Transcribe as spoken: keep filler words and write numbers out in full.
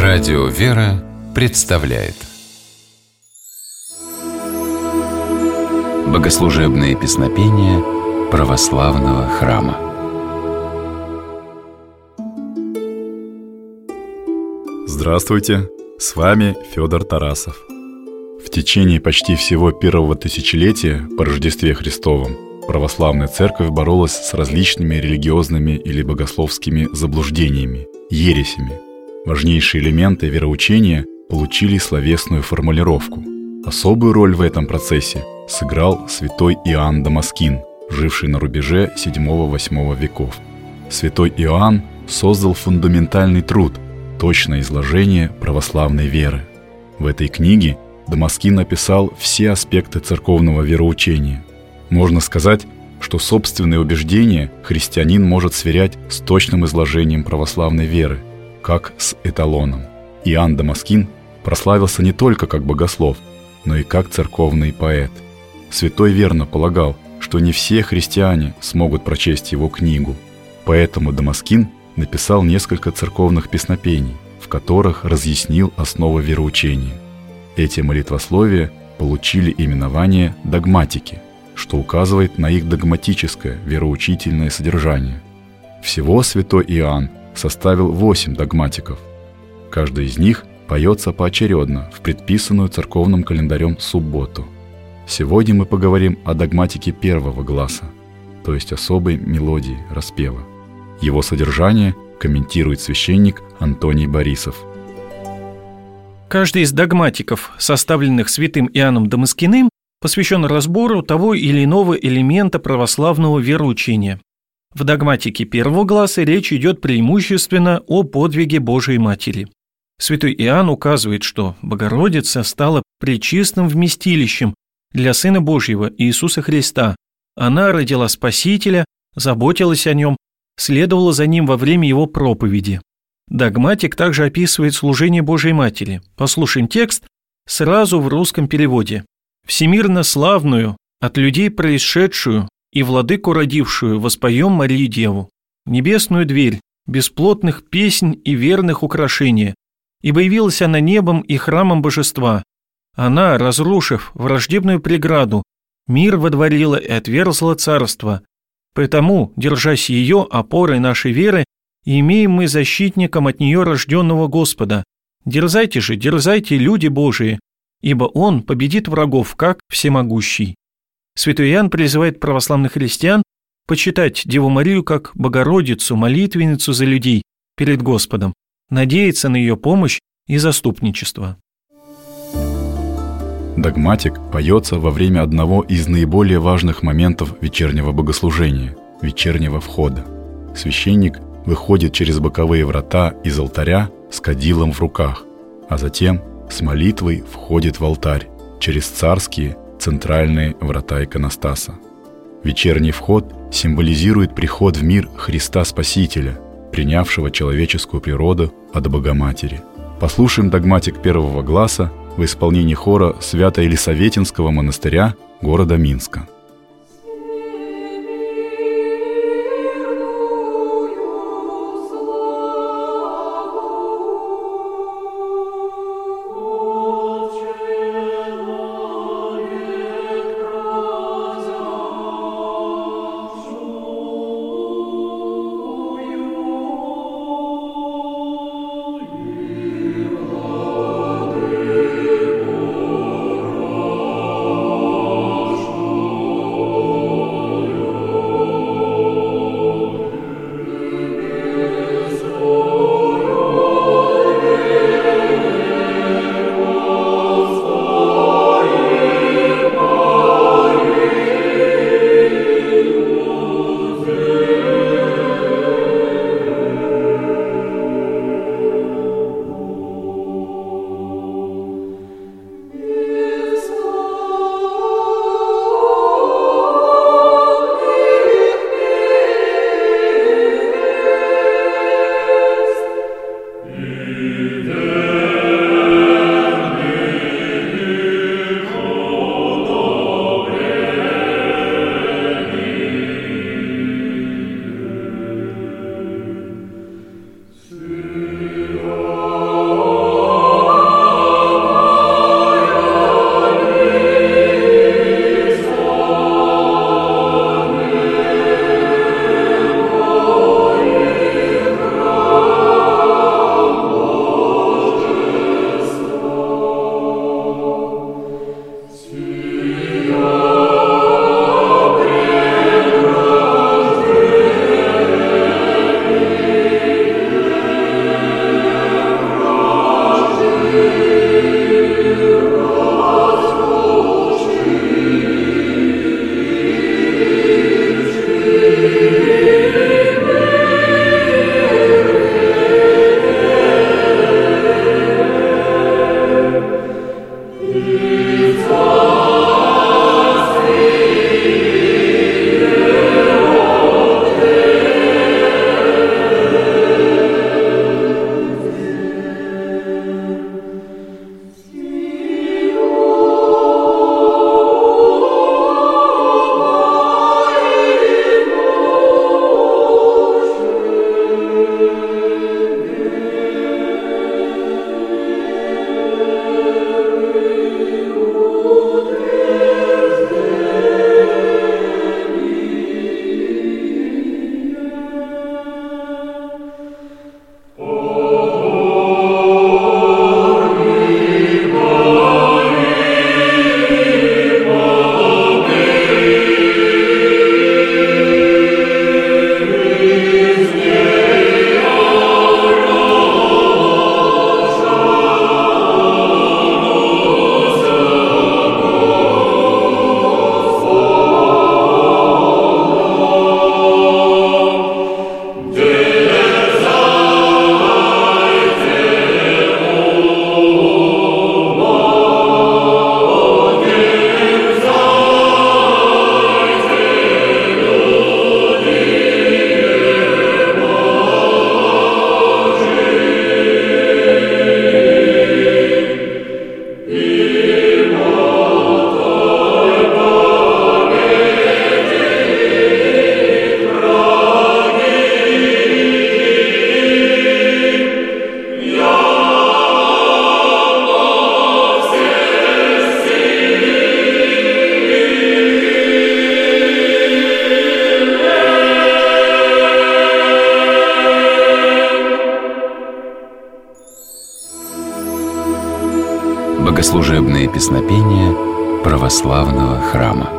Радио «Вера» представляет богослужебные песнопения православного храма. Здравствуйте! С вами Федор Тарасов. В течение почти всего первого тысячелетия по Рождестве Христовом православная церковь боролась с различными религиозными или богословскими заблуждениями, ересями. Важнейшие элементы вероучения получили словесную формулировку. Особую роль в этом процессе сыграл святой Иоанн Дамаскин, живший на рубеже седьмого-восьмого веков. Святой Иоанн создал фундаментальный труд «Точное изложение православной веры». В этой книге Дамаскин описал все аспекты церковного вероучения. Можно сказать, что собственные убеждения христианин может сверять с точным изложением православной веры, как с эталоном. Иоанн Дамаскин прославился не только как богослов, но и как церковный поэт. Святой верно полагал, что не все христиане смогут прочесть его книгу, поэтому Дамаскин написал несколько церковных песнопений, в которых разъяснил основы вероучения. Эти молитвословия получили именование догматики, что указывает на их догматическое вероучительное содержание. Всего святой Иоанн составил восемь догматиков. Каждый из них поется поочередно в предписанную церковным календарем субботу. Сегодня мы поговорим о догматике первого гласа, то есть особой мелодии распева. Его содержание комментирует священник Антоний Борисов. Каждый из догматиков, составленных святым Иоанном Дамаскиным, посвящен разбору того или иного элемента православного вероучения. В догматике первого гласа речь идет преимущественно о подвиге Божией Матери. Святой Иоанн указывает, что Богородица стала пречистым вместилищем для Сына Божьего Иисуса Христа. Она родила Спасителя, заботилась о нем, следовала за ним во время его проповеди. Догматик также описывает служение Божией Матери. Послушаем текст сразу в русском переводе. «Всемирно славную, от людей происшедшую и владыку родившую воспоем Марию Деву, небесную дверь, бесплотных песнь и верных украшения, ибо явилась она небом и храмом божества. Она, разрушив враждебную преграду, мир водворила и отверзла царство. Поэтому, держась ее опорой нашей веры, имеем мы защитником от нее рожденного Господа. Дерзайте же, дерзайте, люди Божии, ибо Он победит врагов, как всемогущий». Святой Иоанн призывает православных христиан почитать Деву Марию как Богородицу, молитвенницу за людей перед Господом, надеяться на ее помощь и заступничество. Догматик поется во время одного из наиболее важных моментов вечернего богослужения – вечернего входа. Священник выходит через боковые врата из алтаря с кадилом в руках, а затем с молитвой входит в алтарь через царские центральные врата иконостаса. Вечерний вход символизирует приход в мир Христа Спасителя, принявшего человеческую природу от Богоматери. Послушаем догматик первого гласа в исполнении хора Свято-Елисаветинского монастыря города Минска. Oh Богослужебные песнопения православного храма.